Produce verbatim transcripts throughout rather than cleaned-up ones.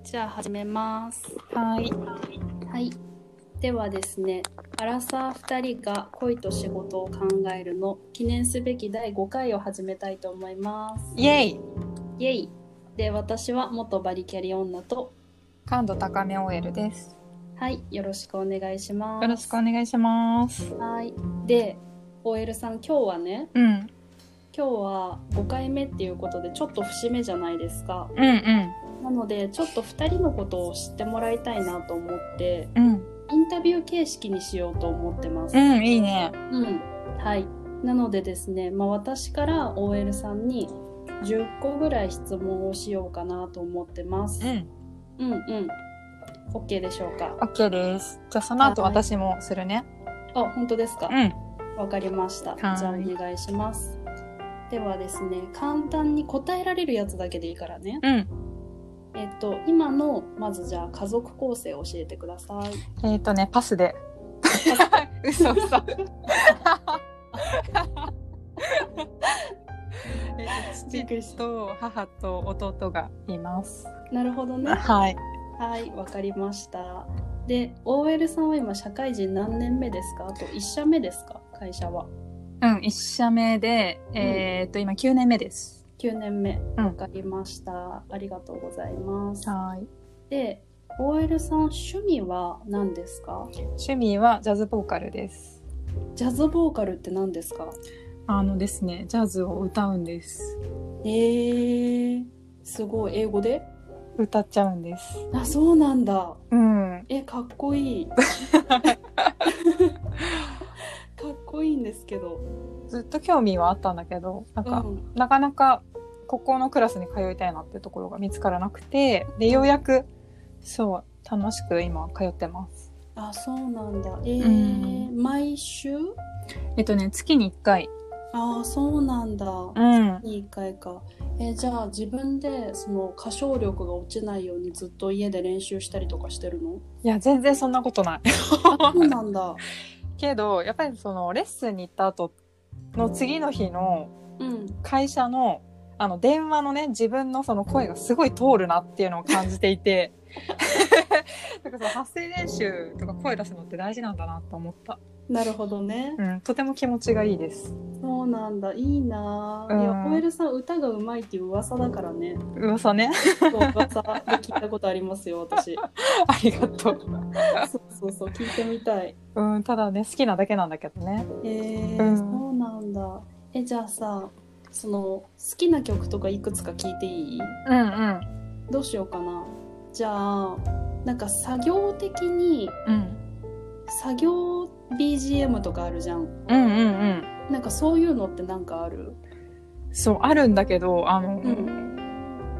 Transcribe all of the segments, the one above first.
じゃあ始めます。 はい。 はい。ではですね、アラサーふたりが恋と仕事を考えるの記念すべきだいごかいを始めたいと思います。 イエイ。 イエイ。で、私は元バリキャリ女と感度高め オーエル です。 はい、よろしくお願いします。 よろしくお願いします。 はい。で、オーエル さん、今日はね、 うん。 今日はごかいめっていうことでちょっと節目じゃないですか。 うんうんなのでちょっとふたりのことを知ってもらいたいなと思って、 うんインタビュー形式にしようと思ってます。 うん、いいね。 うん。はい。なのでですね、まあ、私から オーエル さんにじゅっこぐらい質問をしようかなと思ってます。 うん。 うんうん。OK でしょうか。 OK です。じゃあその後はい私もするね。 あ、本当ですか。 うん。 わかりました。 はいじゃあお願いします。ではですね、簡単に答えられるやつだけでいいからね。 うん。 えっと、今の、まずじゃあ家族構成を教えてください。 えっとね、パスで。嘘嘘。えっと、 びっくりし父と母と弟がいます。 なるほどね。 はい。 はい、わかりました。で、オーエル さんは今社会人何年目ですか？あといっ社目ですか？会社は。 うん、一社目で、えっと、今きゅうねんめです。 きゅうねんめ。 うんわかりました。ありがとうございます。 はい。 で、オーエル さん、趣味は何ですか？ 趣味はジャズボーカルです。 ジャズボーカルって何ですか？ あのですね、ジャズを歌うんです。 えー、すごい。英語で？ 歌っちゃうんです。 あ、そうなんだ。 うん。 え、かっこいい。かっこいいんですけど。 ずっと興味はあったんだけど、なんか、 うん、 なかなかここのクラスに通いたいなっていうところが見つからなくて、で、ようやく、そう、楽しく今通ってます。 あ、そうなんだ。えー、 うん、 毎週？ えっとね、月にいっかい。 ああ、そうなんだ。 うん。 いいかいか。えーじゃあ自分でその歌唱力が落ちないようにずっと家で練習したりとかしてるの？ いや、全然そんなことない。 あ、そうなんだ。 けど、やっぱりそのレッスンに行った後の次の日のうん。 会社のあの電話のね、自分のその声がすごい通るなっていうのを感じていて、だからその発声練習とか声出すのって大事なんだなと思った、 なるほどね。 うん、とても気持ちがいいです。 そうなんだ。いいな。 うんいや、コエルさん歌がうまいっていう噂だからね。 噂ね。 そう噂で聞いたことありますよ、私。 ありがとう。 そうそうそう、聞いてみたい。 うん、ただね、好きなだけなんだけどね。 えー、 うんそうなんだ。え、じゃあさ、その好きな曲とかいくつか聞いていい？ うんうんどうしようかな。じゃあ、なんか作業的に、 うん作業 ビージーエム とかあるじゃん。 うんうんうんなんかそういうのってなんかある？ そうあるんだけど、あの、 うん。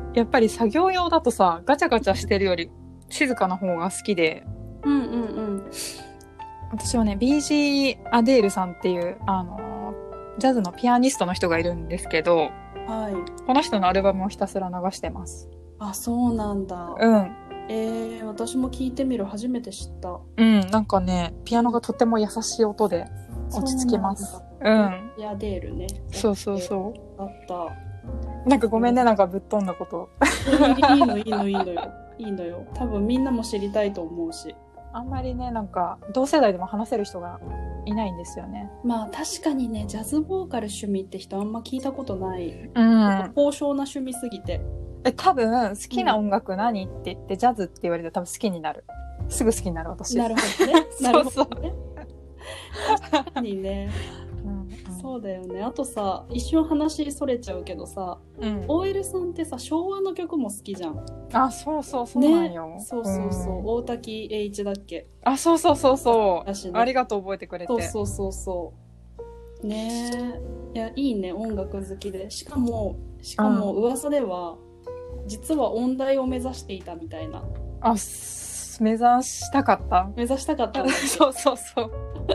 やっぱり作業用だとさ、ガチャガチャしてるより静かな方が好きで、 うんうんうん。 私はね、ビージー アデールさんっていうあのジャズのピアニストの人がいるんですけど、 はい。 この人のアルバムをひたすら流してます。 あ、そうなんだ。 うんえー、私も聞いてみる。初めて知った。 うんなんかね、ピアノがとても優しい音で落ち着きます。うん。 いや、デールね。 そうそうそあった。 う。なんかごめんね、なんかぶっ飛んだこと。 いいのいいのいいのよ。いいのよ。多分みんなも知りたいと思うし。 あんまりね、なんか同世代でも話せる人がいないんですよね。 まあ確かにね、ジャズボーカル趣味って人あんま聞いたことない。 うん。 高尚な趣味すぎて。 え、多分好きな音楽何って言ってジャズって言われたら多分好きになる。すぐ好きになる私。 なるほどね。なるほそうどね。確かにね。 うんうんそうだよね。あとさ、一瞬話それちゃうけどさ、 うん。 オーエル さんってさ、昭和の曲も好きじゃん。 あ、そうそうそうなんよ。 ね、そうそうそう。 ん大滝栄一だっけ？ あ、そうそうそうそう。 だしねありがとう覚えてくれて。 そうそうそうそうねえ。いや、いいね、音楽好きで。しかもしかも噂では、実は音大を目指していたみたいな。 あ、す目指したかった。 目指したかったんだそうそうそう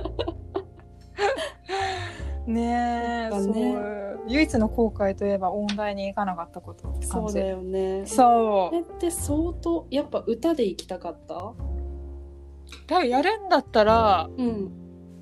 ねえ、 なんかね、 そう唯一の後悔といえば音大に行かなかったことって感じ。 そうだよね。 そうそれって相当やっぱ歌で行きたかった？ 多分やるんだったら、 うん。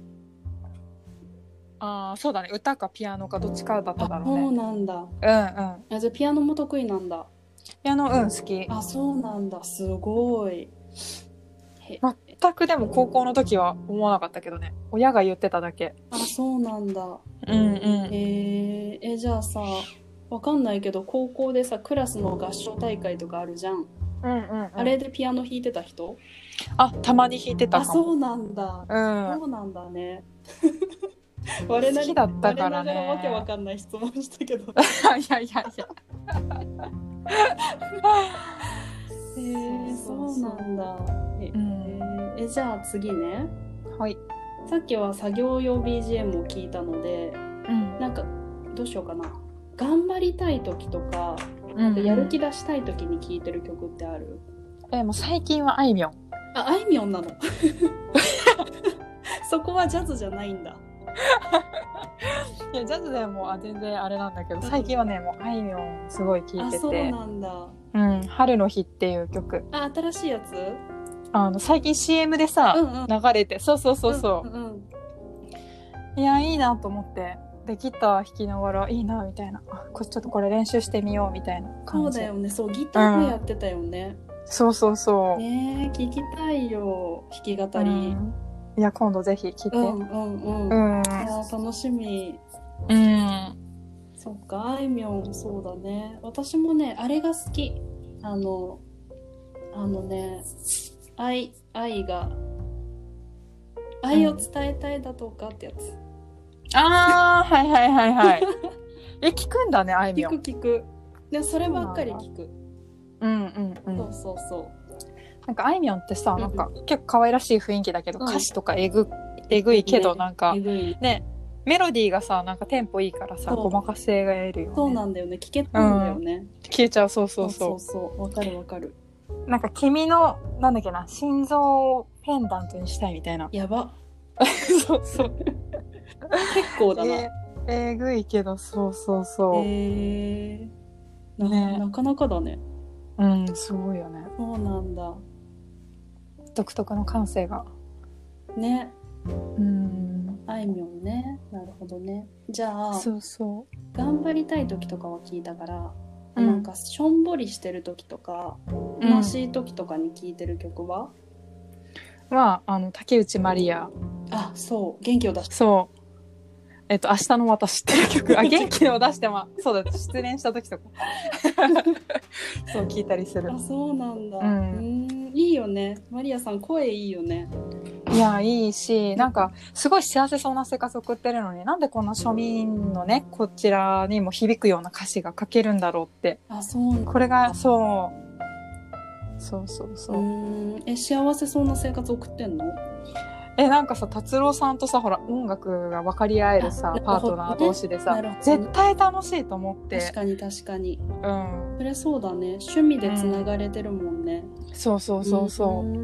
あ、そうだね、歌かピアノかどっちかだっただあ、 ろうね。 そうなんだ。 うんうん。 あ、じゃあピアノも得意なんだ。 ピアノ、うん、好き。 あ、そうなんだ。すごい。へ、 全くでも高校の時は思わなかったけどね。親が言ってただけ。 あ、そうなんだ。 うんうん。 えー、え、じゃあさ、わかんないけど、高校でさ、クラスの合唱大会とかあるじゃん。 うんうんうん、 あれでピアノ弾いてた人？ あ、たまに弾いてたあ、 かも。 そうなんだ。 うん。 そうなんだね。我なり、 好きだったからね。 我ながらわけわかんない質問したけど。 いやいやいや。 えー、そうなんだ。え、 うん、 えーえじゃあ次ね。 はい。 さっきは作業用 ビージーエム を聞いたので、 うん。 なんかどうしようかな。頑張りたい時とか、 うんなんかやる気出したい時に聴いてる曲ってある？ え、もう最近はあいみょん。 あ、あいみょんなの。そこはジャズじゃないんだ。 いや、ジャズでもあ全然あれなんだけど、最近はね、もうあいみょんすごい聴いあ、 てて。 そうなんだ。 うん、春の日っていう曲。 あ、新しいやつ？ あの、最近 シーエム でさ、 うんうん、 流れて、そうそうそうそう。 うんうんうん、 いや、いいなと思って。で、ギター弾きながらいいなみたいな。あ、これちょっとこれ練習してみようみたいな感じ。 そうだよね。そう、ギターもやってたよね。 そうそうそう。 ねえ、聞きたいよ、弾き語り。 うん、いや、今度ぜひ聴いて。 うんうんうん。 うん。 いや、楽しみ。 うん。 そっか、あいみょん、そうだね。私もね、あれが好き。あの、あのね、愛、愛が、愛を伝えたいだとかってやつ。 ああ、はいはいはいはい。え、聞くんだね、あいみょん。 聞く聞く。で、そればっかり聞く。 うんうんうん。 そうそうそう。 なんかあいみょんってさ、なんか結構可愛らしい雰囲気だけど、 うん、 歌詞とかえぐ、えぐいけど、なんか、 えぐいね、メロディーがさ、なんかテンポいいからさ、ごまかせが得るよね。 そうなんだよね。聞けたんだよね。 消えちゃう、そうそうそう。 そうそうそう。わかるわかる。 なんか君の、なんだっけな、心臓をペンダントにしたいみたいな。 やば。 そうそう。 結構だな。 えー、えぐいけど、そうそうそう。 へえー。 ね、 なかなかだね。 うん、すごいよね。 そうなんだ。 独特の感性が。 ね。 うん。 あいみょんね。なるほどね。じゃあ、 そうそう。 頑張りたい時とかは聞いたから、 うん、 なんかしょんぼりしてる時とか、悲しい時とかに聴いてる曲は、 うん、は、あの、竹内まりや。 あ、そう。元気を出して。 そう。えっと、明日の私っていう曲。あ、元気を出してま、そうだ、失恋した時とか。そう、聞いたりする。 あ、そうなんだ。 うん。 うん、いいよね。マリアさん、声いいよね。 いや、いいし、なんか、すごい幸せそうな生活を送ってるのに、なんでこんな庶民のね、こちらにも響くような歌詞が書けるんだろうって。 あ、そうなんだ。 これが、そう。そうそうそう。 うん、え、幸せそうな生活送ってんの？ え、なんかさ、達郎さんとさ、ほら、音楽が分かり合えるさ、パートナー同士でさ、絶対楽しいと思って。 確かに確かに。 うん。 それそうだね。趣味でつながれてるもんね。 うん、そうそうそうそう。 うん、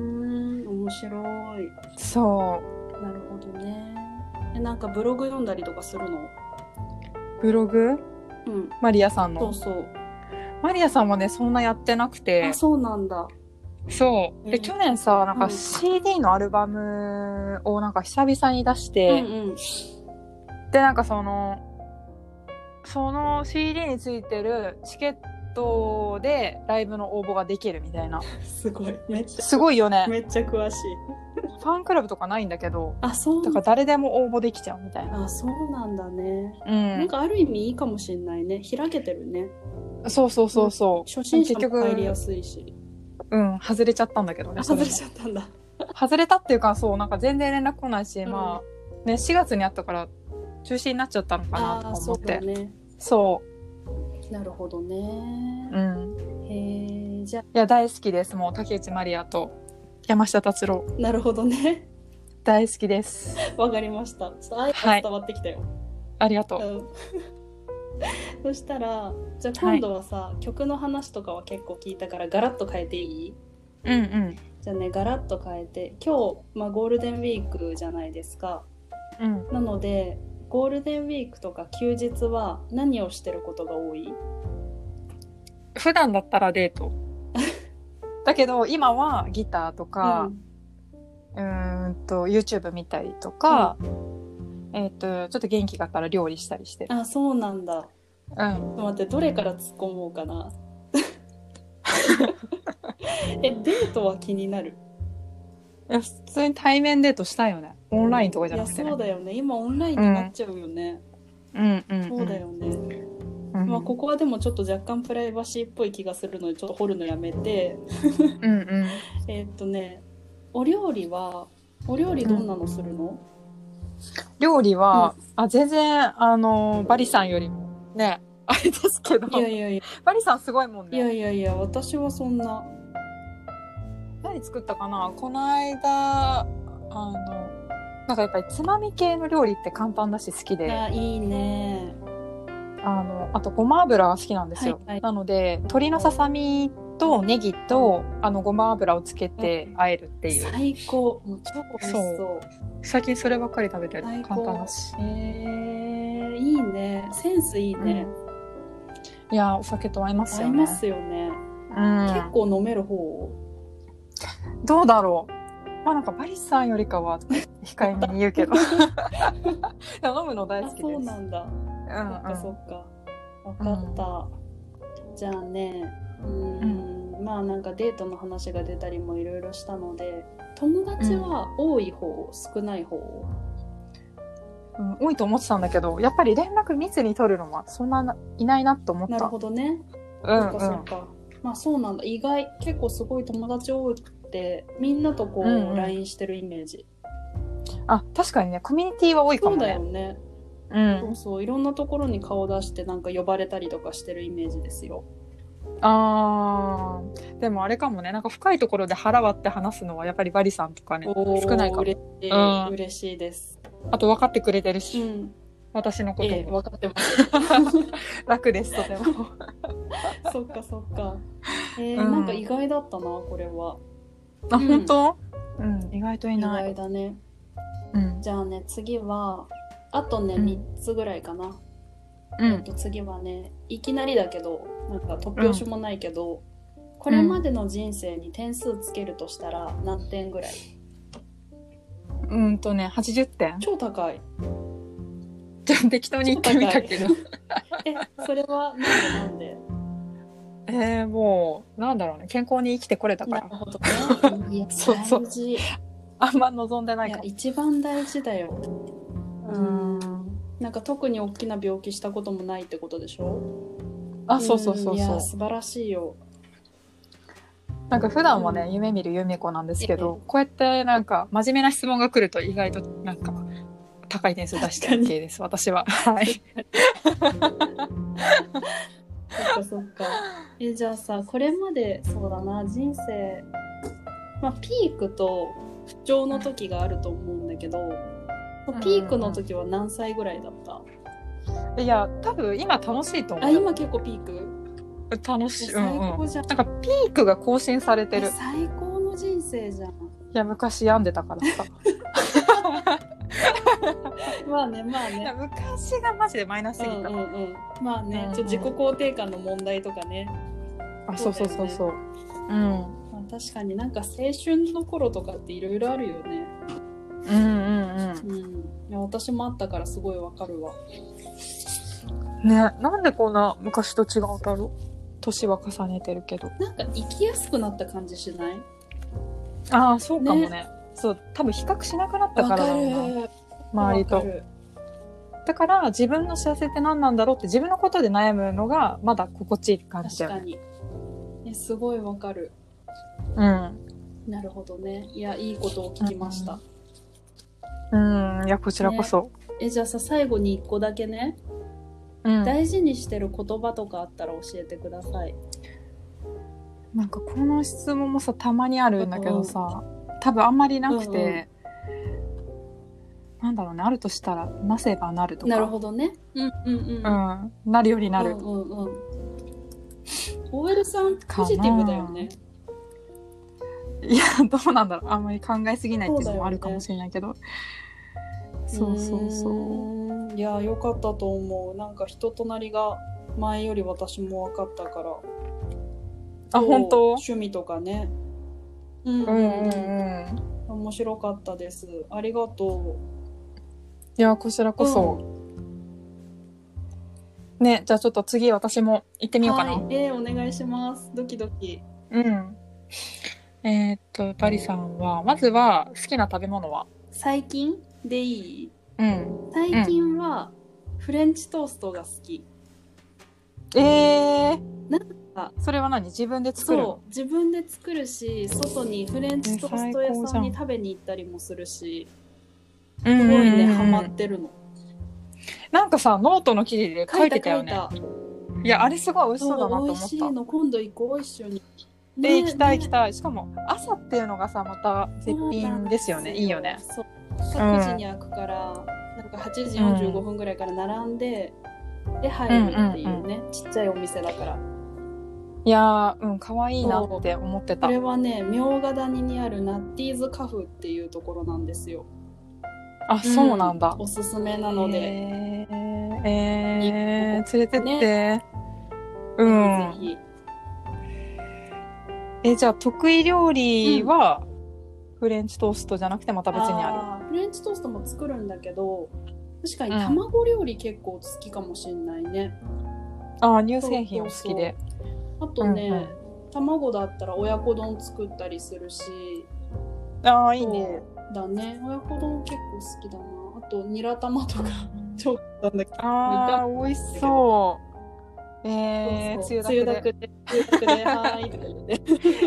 面白い。 そう。 なるほどね。え、なんかブログ読んだりとかするの？ ブログ？うん。マリアさんの。 そうそう。 マリアさんはね、そんなやってなくて。 あ、そうなんだ。 そう。で、去年さ、なんか シーディー のアルバムをなんか久々に出して、うんうん、で、なんかその、その シーディー についてるチケットでライブの応募ができるみたいな。 すごい。めっちゃ。 すごいよね。 めっちゃ詳しい。 ファンクラブとかないんだけど、 あ、そうだから誰でも応募できちゃうみたいな。 あ、そうなんだね。 うん。 なんかある意味いいかもしれないね。開けてるね。 そうそうそうそう。 初心者も入りやすいし。 うん、外れちゃったんだけどね。 外れちゃったんだ。 外れたっていうか、そう、なんか全然連絡来ないし、うん、まあ、ね、しがつにあったから中止になっちゃったのかなとか思って。 あ、そうだね。 そう。 なるほどね。 うん。 へえ、じゃあ。 いや、大好きです。もう、竹内まりやと山下達郎。 なるほどね。 大好きです。 わかりました。ちょっと愛が伝わってきたよ。はい、 ありがとう。うん、 そしたら、じゃあ今度はさ、はい、曲の話とかは結構聞いたからガラッと変えていい？ うんうん。 じゃあね、ガラッと変えて、今日、まあ、ゴールデンウィークじゃないですか。 うん。 なので、ゴールデンウィークとか休日は何をしてることが多い？ 普段だったらデート。だけど、今はギターとか、うん、うーんと、YouTube 見たりとか、うん、えっと、ちょっと元気があったら料理したりしてる。 あ、そうなんだ。 うん。 ちょっと待って、どれから突っ込もうかな。 え、デートは気になる？ いや普通に対面デートしたいよね。オンラインとかじゃなくて、ね、 いやそうだよね。今オンラインになっちゃうよね。 うん、うんうんうん、 そうだよね。 うん、 まあここはでもちょっと若干プライバシーっぽい気がするのでちょっと掘るのやめてうんうんえっとね、お料理はお料理どんなのするの？うん、 料理は、うん、あ全然あのバリさんよりもねあれですけど、 いやいやいやバリさんすごいもんね。 いやいやいや、私はそんな。 何作ったかな、この間あのなんかやっぱりつまみ系の料理って簡単だし好きで、 あいいね。 あのあとごま油が好きなんですよ、はいはい、なので鶏のささみとネギとあのごま油をつけて和えるっていう。 最高。もう超美味しそう。 そう最近そればっかり食べてる。簡単だし。 えー、いいね。センスいいね、 うん、いやお酒と合いますよね。 合いますよね、うん、結構飲める方？ どうだろう。まあなんかバリさんよりかは控えめに言うけどでも飲むの大好きです。 そうなんだ。うんうん、そっかそっか。分かった、うん、じゃあねうーん、うん、まあなんかデートの話が出たりもいろいろしたので、友達は多い方、うん、少ない方？ うん、多いと思ってたんだけど、やっぱり連絡密に取るのはそんないないなと思った。 なるほどね。 うん、うん、 そっかそっか。まあそうなんだ。意外結構すごい友達多くてみんなとこう、うんうん、ライン してるイメージ。 あ確かにねコミュニティは多いかもね。 そうだよね。うん、そうそういろんなところに顔出してなんか呼ばれたりとかしてるイメージですよ。 あーでもあれかもね、なんか深いところで腹割って話すのはやっぱりバリさんとかね少ないかも。 嬉しい、うん、嬉しいです。 あと分かってくれてるし、うん、私のことも、 ええ、分かってます楽ですとてもそっかそっか、えーうん、なんか意外だったなこれは。 あ、うん、本当？うん意外といない。 意外だね、 うん、 じゃあね次はあとね、うん、みっつぐらいかな、 うん、 えっと次はねいきなりだけどなんか突拍子もないけど、うん、これまでの人生に点数つけるとしたら何点ぐらい？ うんとねはちじゅってん。 超高い。 じゃあ適当に言ってみたけどえそれはなんでなんで？ えー、もうなんだろうね、健康に生きてこれたから。 なるほどね。いやそうそう大事。 あんま望んでないから。 いや一番大事だよ。うんなんか特に大きな病気したこともないってことでしょ？ あそうそうそうそう。いや素晴らしいよ。 なんか普段はね、うん、夢見るゆめ子なんですけど、こうやってなんか真面目な質問が来ると意外となんか高い点数出してる系です私は。はいそっかそっか。えじゃあさこれまでそうだな人生、まあ、ピークと不調の時があると思うんだけど、うん、ピークの時は何歳ぐらいだった？ いや多分今楽しいと思う。 あ今結構ピーク？ 楽しい。 最高じゃん、 うんうん、なんかピークが更新されてる。 最高の人生じゃん。いや昔病んでたからさまあねまあね昔がマジでマイナスすぎた、うんうんうん、 まあね、うんうん、ちょ自己肯定感の問題とかね。 あそうそうそうそう、うん、 まあ、確かになんか青春の頃とかっていろいろあるよね。 うんうんうん、 うん、いや私もあったからすごいわかるわね。なんでこんな昔と違うんだろう。年は重ねてるけどなんか生きやすくなった感じしない？ ああそうかも ね, ねそう多分比較しなくなったからだろうな周りと。だから自分の幸せって何なんだろうって自分のことで悩むのがまだ心地いい感じだよね。 確かに。えすごいわかる。 うんなるほどね。いやいいことを聞きました。 うん、うん、いやこちらこそ、 ね、えじゃあさ最後にいっこだけね、うん、大事にしてる言葉とかあったら教えてください。 なんかこの質問もさたまにあるんだけどさ、うん、多分あんまりなくて、うんうんなんだろうね、あるとしたらなせばなるとか。 なるほどね。うんうんうん。 うん、なるようになる。うんうんうん。オーエル さんポジティブだよね。 いやどうなんだろう。あんまり考えすぎないっていうのもあるかもしれないけど。そうそうそう。 ういや良かったと思う。なんか人となりが前より私も分かったから。 あ本当？ 趣味とかね。 うんうんうん。うん面白かったです。ありがとう。 いやこちらこそ、うん、ねじゃあちょっと次私も行ってみようかな。 はい、えー、お願いします。ドキドキ。 うんえーっとバリさんはまずは好きな食べ物は？ 最近でいい？ うん最近はフレンチトーストが好き。 えー、 なんかそれは何？自分で作るの？ そう自分で作るし、外にフレンチトースト屋さんに食べに行ったりもするし、すごいねハマってるの。 なんかさノートの記事で書いてたよね。 書いた書いた。 いやあれすごい美味しそうだなと思った。 美味しいの、今度行こう一緒に。 で、ね、行きたい行きたい。しかも朝っていうのがさまた絶品ですよね。いいよね。 そうくじに開くから、うん、なんかはちじよんじゅうごふんぐらいから並んで、うん、で入るっていうね、うんうんうん、ちっちゃいお店だから。 いやーうん可愛いなって思ってた。 これはね茗荷谷にあるナッティーズカフっていうところなんですよ。 あ、そうなんだ。 うん、おすすめなので。 えー、えー、連れてって。ね、うん。ぜひ。え、じゃあ得意料理は、うん、フレンチトーストじゃなくてまた別にある？ フレンチトーストも作るんだけど、確かに卵料理結構好きかもしんないね。 うん、あ、乳製品お好きで。 あとね、うんうん、卵だったら親子丼作ったりするし。 ああ、いいね。 だね、親子丼結構好きだな。あとニラ玉とか超なんだけど、 ああ美味しそう。えー、つゆだくでつゆだくではーいとか言って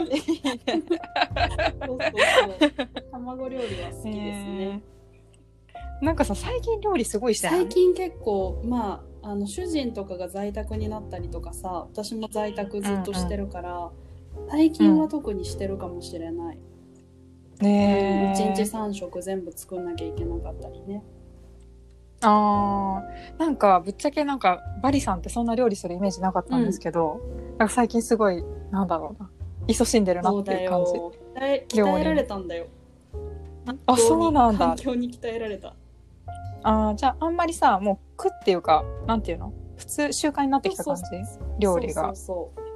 そうそうそう卵料理は好きですね。 えー、なんかさ最近料理すごいしてない？ 最近結構まああの主人とかが在宅になったりとかさ、私も在宅ずっとしてるから、うんうん、最近は特にしてるかもしれない。ね、いちにちさん食全部作んなきゃいけなかったりね。 あー、なんかぶっちゃけなんかバリさんってそんな料理するイメージなかったんですけど、うん、なんか最近すごいなんだろうな勤しんでるなっていう感じ。 そうだよ、鍛え、鍛えられたんだよ。 あ、そうなんだ。 環境に鍛えられた。 あー、じゃああんまりさもう苦っていうかなんていうの普通習慣になってきた感じ？そうそうそう料理が。そうそうそう、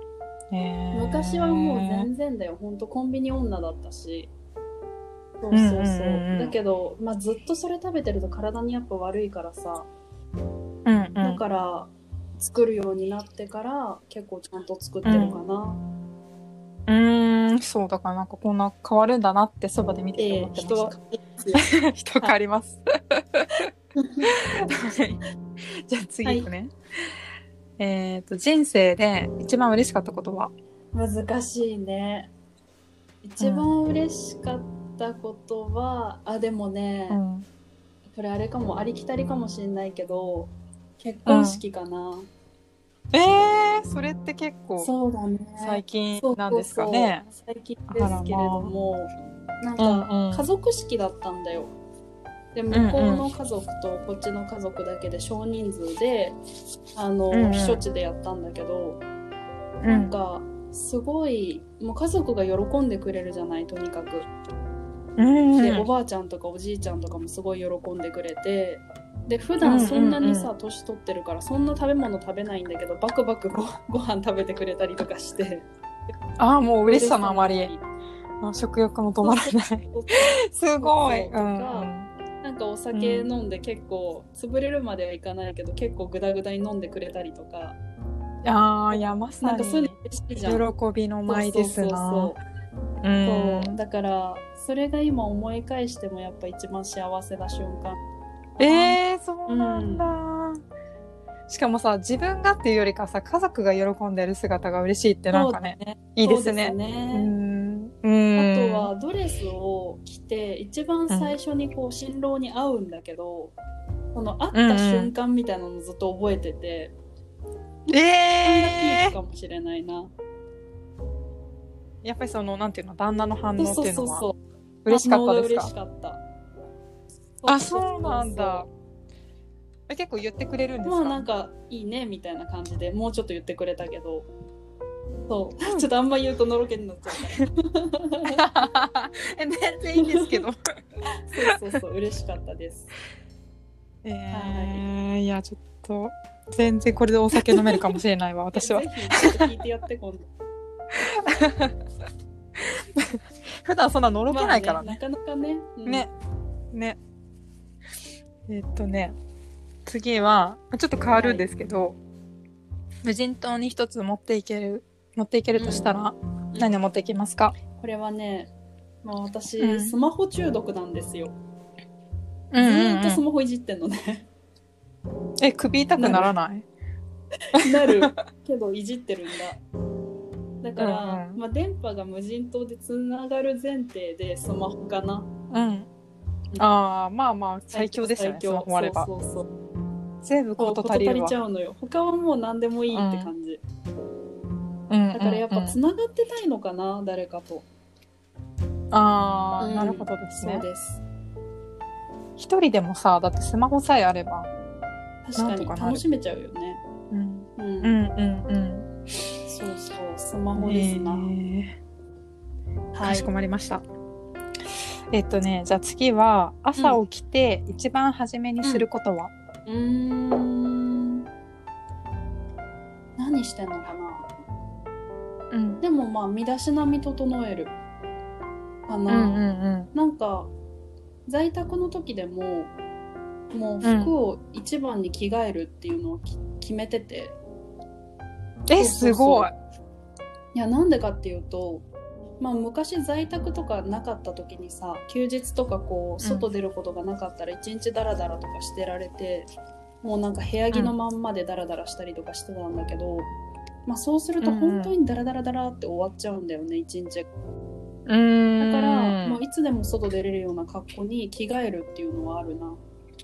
えー、 昔はもう全然だよ。ほんとコンビニ女だったし。そうそうそう、うんうんうん、だけど、まあ、ずっとそれ食べてると体にやっぱ悪いからさ、うんうん、だから作るようになってから結構ちゃんと作ってるかな。 うん、うーん、そうだからなんかこんな変わるんだなってそばで見てて思ってました。えー、人変わります。じゃあ次いくね。はい、えっと人生で一番嬉しかったことは？ 難しいね。一番嬉しかったことは、うん、あでもね、うん、これあれかもありきたりかもしれないけど結婚式かな。うん、 えー、それって結構そうだね最近なんですかね。 そうそう最近ですけれども、なんか家族式だったんだよ。で向こうの家族とこっちの家族だけで少人数であの、うんうん、避暑地でやったんだけど、うん、なんかすごいもう家族が喜んでくれるじゃない、とにかく。うんうん、でおばあちゃんとかおじいちゃんとかもすごい喜んでくれて、で普段そんなにさ、うんうんうん、年取ってるからそんな食べ物食べないんだけどバクバク ご, ご飯食べてくれたりとかして、 ああもう嬉しさのあまり食欲も止まらないすごい。とか、うん、 なんかお酒飲んで結構、うん、潰れるまではいかないけど結構グダグダに飲んでくれたりとか。 ああいやまさに喜びの舞ですな。そうそうそう、うん、 そうだからそれが今思い返してもやっぱ一番幸せな瞬間。 えー、そうなんだ、うん、しかもさ自分がっていうよりかさ家族が喜んでる姿が嬉しいってなんか ね, ねいいですね。 そうですね。 うんうん、あとはドレスを着て一番最初にこう新郎に会うんだけど、うん、その会った瞬間みたいなのずっと覚えてて、 うん、えー、 ピークかもしれないな。 やっぱりそのなんていうの旦那の反応っていうのは嬉しかったですか？ 嬉しかった。 あ、そうなんだ。結構言ってくれるんですか？ まあなんかいいねみたいな感じでもうちょっと言ってくれたけど、そうちょっとあんま言うとのろけになっちゃうから全然いいんですけどそうそうそう嬉しかったです。 えー、はい、いやちょっと全然これでお酒飲めるかもしれないわ私は。 ぜひちょっと聞いてやって今度普段そんなのろけないからね、 まあね、なかなかね、 うん、ねねえー、っとね次はちょっと変わるんですけど、はい、無人島に一つ持っていける持っていけるとしたら、うん、 何を持っていきますか？ これはね、まあ、私、 うんスマホ中毒なんですよ。 うんうんうん、 ずーっとスマホいじってんのね。 え、首痛くならない？ なるけどいじってるんだ。だから、 うんうん、 まあ、電波が無人島でつながる前提でスマホかな。 うん。ああ、まあまあ最強ですよね、 最強スマホあれば。 そうそうそう。 全部こと足りるわ。 事足りちゃうのよ。他はもう何でもいいって感じ。 うん、 だからやっぱつながってたいのかな、うん、誰かと。 ああ、 うん、 なるほどですね。 そうです。 一人でもさ、だってスマホさえあれば確かに楽しめちゃうよね。 うん、うん、うんうんうん。 そうそう、スマホですな。えー、 はい、かしこまりました。えっとね、じゃあ次は朝起きて一番初めにすることは？ うん、うーん何してんのかな。うん、でもまあ身だしなみ整えるかな、うんうんうん、なんか在宅の時でももう服を一番に着替えるっていうのを決めてて、 うん、えすごい。 いやなんでかっていうと、まあ、昔在宅とかなかった時にさ、休日とかこう外出ることがなかったら一日ダラダラとかしてられて、うん、もうなんか部屋着のまんまでダラダラしたりとかしてたんだけど、うん、まあ、そうすると本当にダラダラダラって終わっちゃうんだよね、一日。うん、だから、まあ、いつでも外出れるような格好に着替えるっていうのはあるな。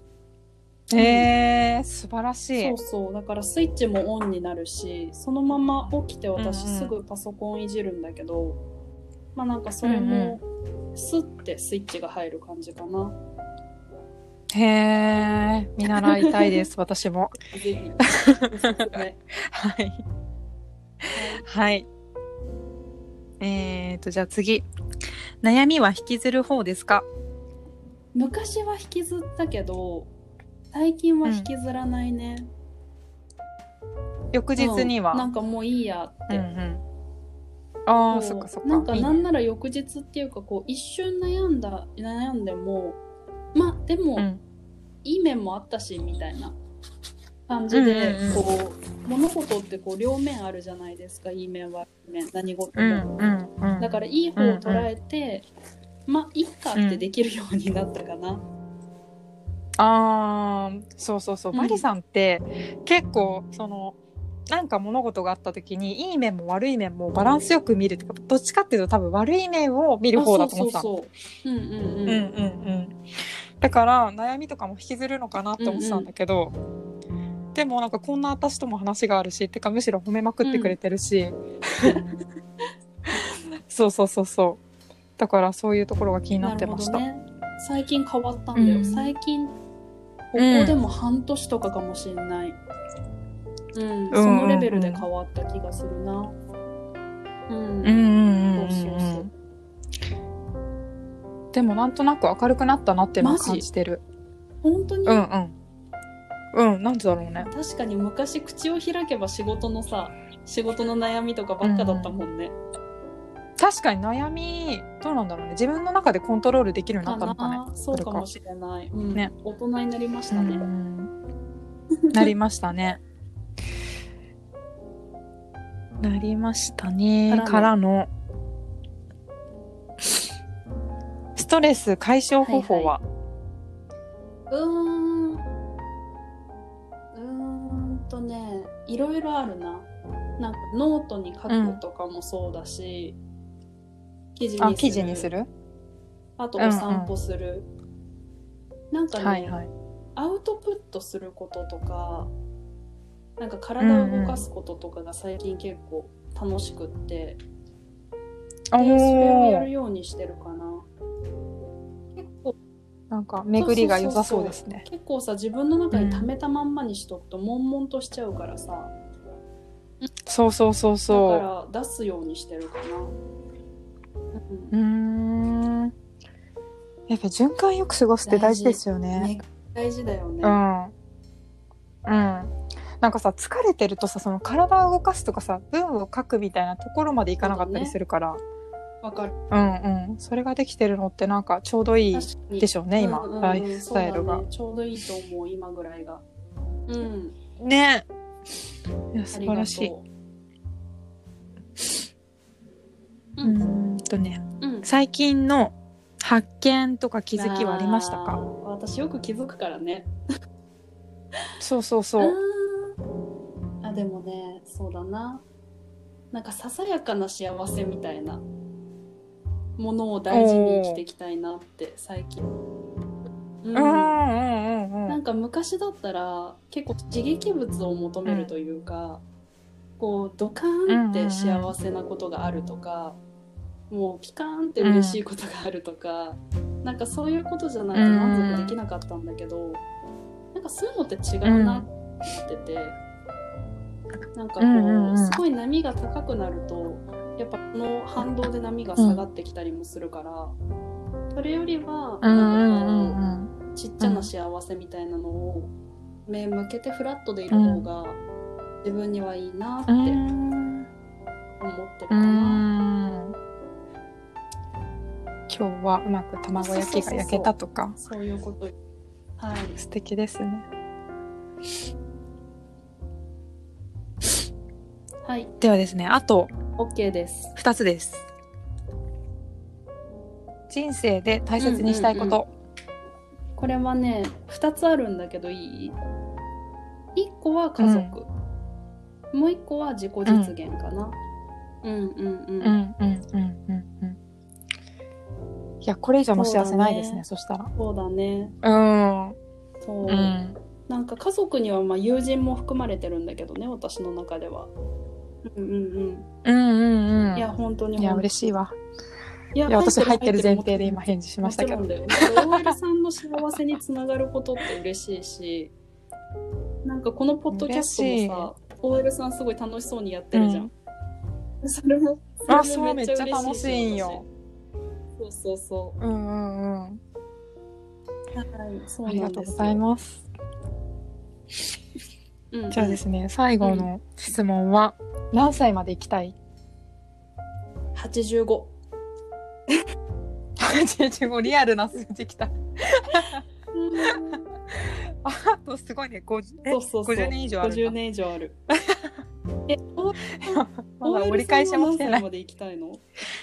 えー、うん、素晴らしい。 そうそう、だからスイッチもオンになるし、そのまま起きて私すぐパソコンいじるんだけど、うんうん、まあなんかそれもスッてスイッチが入る感じかな。 へえ、見習いたいです私も。 ぜひ。 はい。はい。えーとじゃあ次、悩みは引きずる方ですか？ 昔は引きずったけど最近は引きずらないね。 うん、翌日には、 うん、なんかもういいやって。うんうん、 ああ、そっかそっか。 なんかなんなら翌日っていうかこう一瞬悩んだ悩んでもまあでも、うん、いい面もあったしみたいな感じで、うんうんうん、こう物事ってこう両面あるじゃないですか。いい面悪い面何事も、うんうんうん、だからいい方を捉えて、うんうん、まあいいかってできるようになったかな。うん、 あーそうそうそう、うん、マリさんって結構そのなんか物事があった時にいい面も悪い面もバランスよく見るってか、どっちかっていうと多分悪い面を見る方だと思ってた。そうそうそう、うんうんうん、うんうんうん、だから悩みとかも引きずるのかなって思ってたんだけど、うんうん、でもなんかこんな私とも話があるし、ってかむしろ褒めまくってくれてるし、うん、そうそうそうそう、だからそういうところが気になってました。 なるほどね、最近変わったんだよ、うん、最近ここでも半年とかかもしれない、うんうん、そのレベルで変わった気がするな。うん、うんうん、そうそうそう。 でもなんとなく明るくなったなっていうのは感じてる。 本当に？ うんうんうん、なんでだろうね。 確かに昔口を開けば仕事のさ、仕事の悩みとかばっかだったもんね。うん、 確かに悩みどうなんだろうね。自分の中でコントロールできるようになったのかね。 そうかもしれない。うん、ね、大人になりましたね。 なりましたね。なりましたね。からのストレス解消方法は、 はいはい、うーんうーんとね、いろいろあるな。なんかノートに書くとかもそうだし、うん、記事にする。あ、記事にする。あとお散歩する。うんうん、なんかね、はいはい、アウトプットすることとか、なんか体を動かすこととかが最近結構楽しくって、うん、でそれをやるようにしてるかな。結構なんか巡りが良さそうですね。そうそうそう、 結構さ、自分の中に溜めたまんまにしとくと悶々としちゃうからさ、 うん、そうそうそうそう、 だから出すようにしてるかな。 うん、うーん、やっぱ循環よく過ごすって大事ですよね。 ね、大事だよね。 うんうん、なんかさ、疲れてるとさ、その体を動かすとかさ、文を書くみたいなところまでいかなかったりするから、 わかる。 うんうん、それができてるのってなんかちょうどいいでしょうね、今、うんうんうん、ライフスタイルが、 ね、ちょうどいいと思う、今ぐらいが。うん。 ね、いや素晴らしい。 うーんとね、 うん、 最近の発見とか気づきはありましたか？ 私よく気づくからね。 そうそうそう。 あ、でもね、そうだな。なんかささやかな幸せみたいなものを大事に生きていきたいなって最近。うん、なんか昔だったら結構刺激物を求めるというか、うん、こうドカーンって幸せなことがあるとか、うんうんうん、もうピカーンって嬉しいことがあるとか、うん、なんかそういうことじゃないと満足できなかったんだけど、うん、なんかそういうのって違うなって思ってて、うん、なんかこう、うんうんうん、すごい波が高くなるとやっぱこの反動で波が下がってきたりもするから、うん、それよりはなんかこう、うんうん、ちっちゃな幸せみたいなのを目向けてフラットでいる方が自分にはいいなって思ってるかな、うん、 今日はうまく卵焼きが焼けたとか、 そういうこと、はい、 素敵ですね。 はい、 ではですね、あと OK です。 ふたつです。人生で大切にしたいこと、うんうんうん、 これはねふたつあるんだけどいい？いっこは家族、うん、もういっこは自己実現かな、うん、うんうんうんうんうんうんうん。いやこれ以上の幸せないですね。そしたらそうだね、 うんそう、うん、なんか家族にはまあ友人も含まれてるんだけどね、私の中では。うんうんうんうんうんうん。 いや本当にいや嬉しいわ。 いやいや私入ってる前提で今返事しましたけど。 もちろんだよ。オーエル さんの幸せにつながることって嬉しいし、なんかこのポッドキャストもさ、オーエル さんすごい楽しそうにやってるじゃん。うん、それもそれもめっちゃ嬉しいし。あ、そうめっちゃ楽しいんよ。 そうそうそう。 うんうんうん。はい、 そうなんですよ。 ありがとうございます。うんうん、じゃあですね、最後の質問は、うん、何歳まで生きたい？ はちじゅうご。 はちじゅうごリアルな数字きた。あとすごいね、ごじゅう、そうそうそう、ごじゅうねん以上ある。 ごじゅうねん以上ある。え、 まだ折り返しもしてない。 何歳まで生きたいの？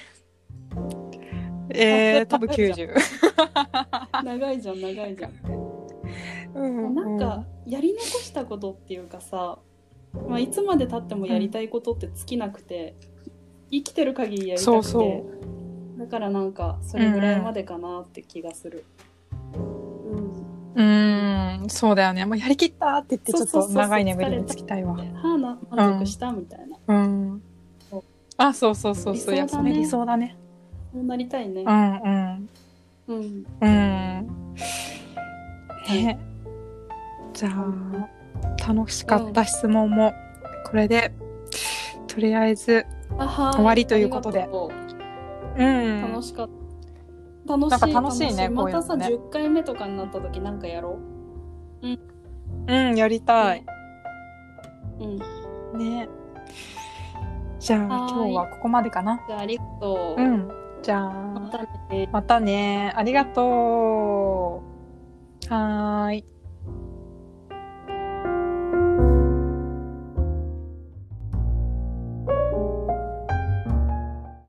えー、多分きゅうじゅう。 長いじゃん、長いじゃん。うんうん、なんかやり残したことっていうかさ、まあ、いつまで経ってもやりたいことって尽きなくて、うん、生きてる限りやりたくて、そうそうだからなんかそれぐらいまでかなって気がする。 うん、うん、そうだよね。もうやりきったって言ってちょっと長い眠りにつきたいわ。はあ、な満足した、うん、みたいな。 うん。あ、そうそうそうそう、いやそれ理想だね。 そうなりたいね。 うんうんうんうん。ね、じゃあ楽しかった質問もこれで、うん、とりあえず終わりということで。うん。楽しかった。楽しい。なんか楽しいね。 またさ、ね、じゅっかいめとかになった時なんかやろう。うん。 うん、やりたい。ね、 うん。 ね。じゃあ今日はここまでかな。 じゃあありがとう。 うん。じゃあまたね。またね。ありがとう。はーい。